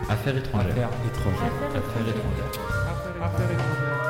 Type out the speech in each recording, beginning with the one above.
Affaires étrangères. Affaires étrangères. Affaires étrangères. Affaires étrangères.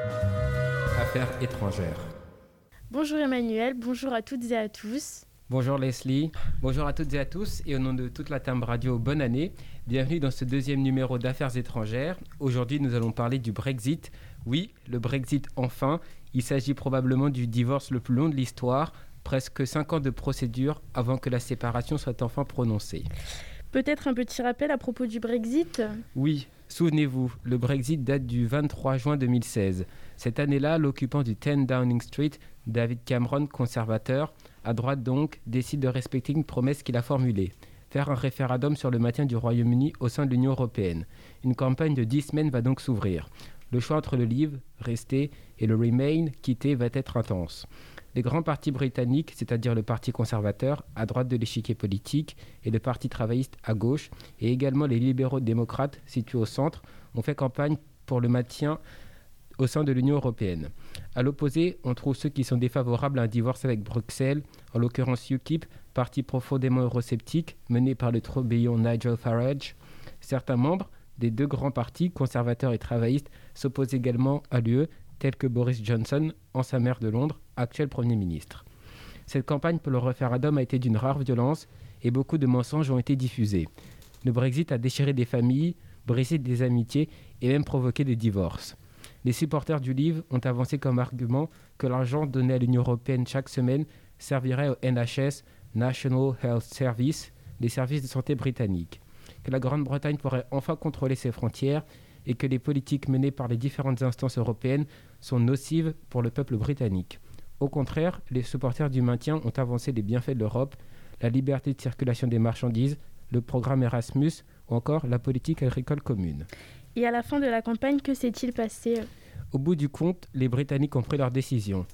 Affaires étrangères. Bonjour Emmanuel, bonjour à toutes et à tous. Bonjour Leslie, bonjour à toutes et à tous et au nom de toute la Time Radio, bonne année. Bienvenue dans ce deuxième numéro d'Affaires étrangères. Aujourd'hui, nous allons parler du Brexit. Oui, le Brexit enfin. Il s'agit probablement du divorce le plus long de l'histoire. Presque 5 ans de procédure avant que la séparation soit enfin prononcée. Peut-être un petit rappel à propos du Brexit ? Oui, souvenez-vous, le Brexit date du 23 juin 2016. Cette année-là, l'occupant du 10 Downing Street, David Cameron, conservateur, à droite donc, décide de respecter une promesse qu'il a formulée. Faire un référendum sur le maintien du Royaume-Uni au sein de l'Union européenne. Une campagne de 10 semaines va donc s'ouvrir. Le choix entre le Leave, rester, et le Remain, quitter, va être intense. Les grands partis britanniques, c'est-à-dire le Parti conservateur, à droite de l'échiquier politique, et le Parti travailliste à gauche, et également les libéraux démocrates, situés au centre, ont fait campagne pour le maintien au sein de l'Union européenne. À l'opposé, on trouve ceux qui sont défavorables à un divorce avec Bruxelles, en l'occurrence UKIP, parti profondément eurosceptique, mené par le trobéion Nigel Farage. Certains membres des deux grands partis, conservateurs et travaillistes, s'opposent également à l'UE, tels que Boris Johnson, ancien maire de Londres, actuel Premier ministre. Cette campagne pour le référendum a été d'une rare violence et beaucoup de mensonges ont été diffusés. Le Brexit a déchiré des familles, brisé des amitiés et même provoqué des divorces. Les supporters du Leave ont avancé comme argument que l'argent donné à l'Union européenne chaque semaine servirait au NHS, National Health Service, les services de santé britanniques, que la Grande-Bretagne pourrait enfin contrôler ses frontières et que les politiques menées par les différentes instances européennes sont nocives pour le peuple britannique. Au contraire, les supporters du maintien ont avancé les bienfaits de l'Europe, la liberté de circulation des marchandises, le programme Erasmus ou encore la politique agricole commune. Et à la fin de la campagne, que s'est-il passé ? Au bout du compte, les Britanniques ont pris leur décision.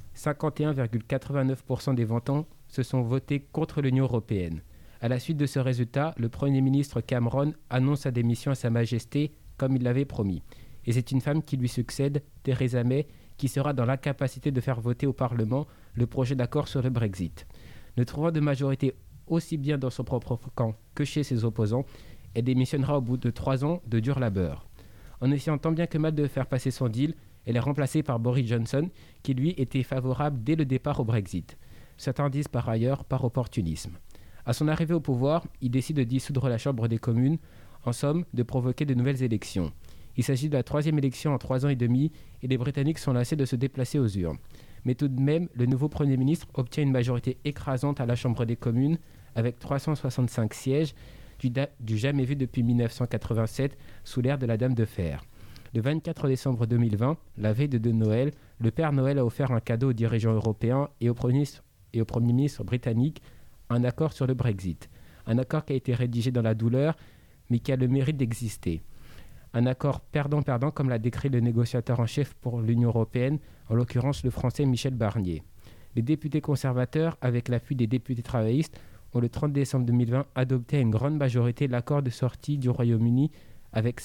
51,89% des votants se sont votés contre l'Union européenne. À la suite de ce résultat, le Premier ministre Cameron annonce sa démission à Sa Majesté, comme il l'avait promis. Et c'est une femme qui lui succède, Theresa May, qui sera dans l'incapacité de faire voter au Parlement le projet d'accord sur le Brexit. Ne trouvant de majorité aussi bien dans son propre camp que chez ses opposants, elle démissionnera au bout de 3 ans de dur labeur. En essayant tant bien que mal de faire passer son deal, elle est remplacée par Boris Johnson, qui lui était favorable dès le départ au Brexit. Certains disent par ailleurs par opportunisme. À son arrivée au pouvoir, il décide de dissoudre la Chambre des communes, en somme, de provoquer de nouvelles élections. Il s'agit de la 3e élection en 3 ans et demi et les Britanniques sont lassés de se déplacer aux urnes. Mais tout de même, le nouveau Premier ministre obtient une majorité écrasante à la Chambre des communes avec 365 sièges, du jamais vu depuis 1987 sous l'ère de la Dame de Fer. Le 24 décembre 2020, la veille de Noël, le Père Noël a offert un cadeau aux dirigeants européens et au Premier ministre britannique, un accord sur le Brexit. Un accord qui a été rédigé dans la douleur, mais qui a le mérite d'exister. Un accord perdant-perdant, comme l'a décrit le négociateur en chef pour l'Union européenne, en l'occurrence le français Michel Barnier. Les députés conservateurs, avec l'appui des députés travaillistes, ont le 30 décembre 2020 adopté à une grande majorité l'accord de sortie du Royaume-Uni avec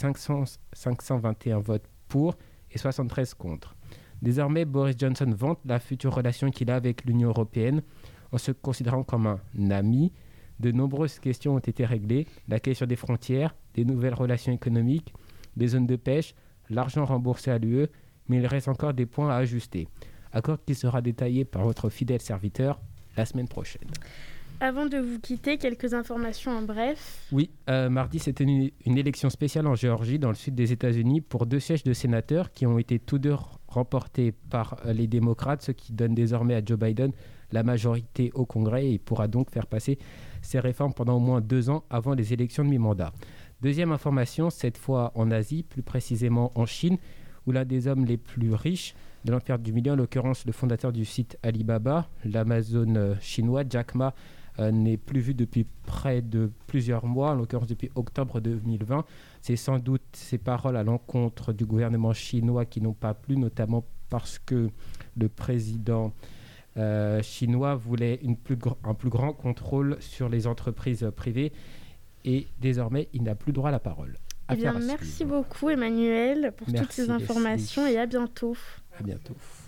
521 votes pour et 73 contre. Désormais, Boris Johnson vante la future relation qu'il a avec l'Union européenne en se considérant comme un ami. De nombreuses questions ont été réglées, la question des frontières, des nouvelles relations économiques, des zones de pêche, l'argent remboursé à l'UE, mais il reste encore des points à ajuster. Accord qui sera détaillé par votre fidèle serviteur la semaine prochaine. Avant de vous quitter, quelques informations en bref. Oui, mardi s'est tenue une élection spéciale en Géorgie, dans le sud des États-Unis, pour 2 sièges de sénateurs qui ont été tous deux remportés par les démocrates, ce qui donne désormais à Joe Biden la majorité au Congrès et il pourra donc faire passer ses réformes pendant au moins 2 ans avant les élections de mi-mandat. Deuxième information, cette fois en Asie, plus précisément en Chine, où l'un des hommes les plus riches de l'empire du milieu, en l'occurrence le fondateur du site Alibaba, l'Amazon chinois, Jack Ma, n'est plus vu depuis près de plusieurs mois, en l'occurrence depuis octobre 2020. C'est sans doute ces paroles à l'encontre du gouvernement chinois qui n'ont pas plu, notamment parce que le président chinois voulait un plus grand contrôle sur les entreprises privées et désormais il n'a plus droit à la parole. Merci beaucoup Emmanuel pour toutes ces informations et à bientôt. À bientôt.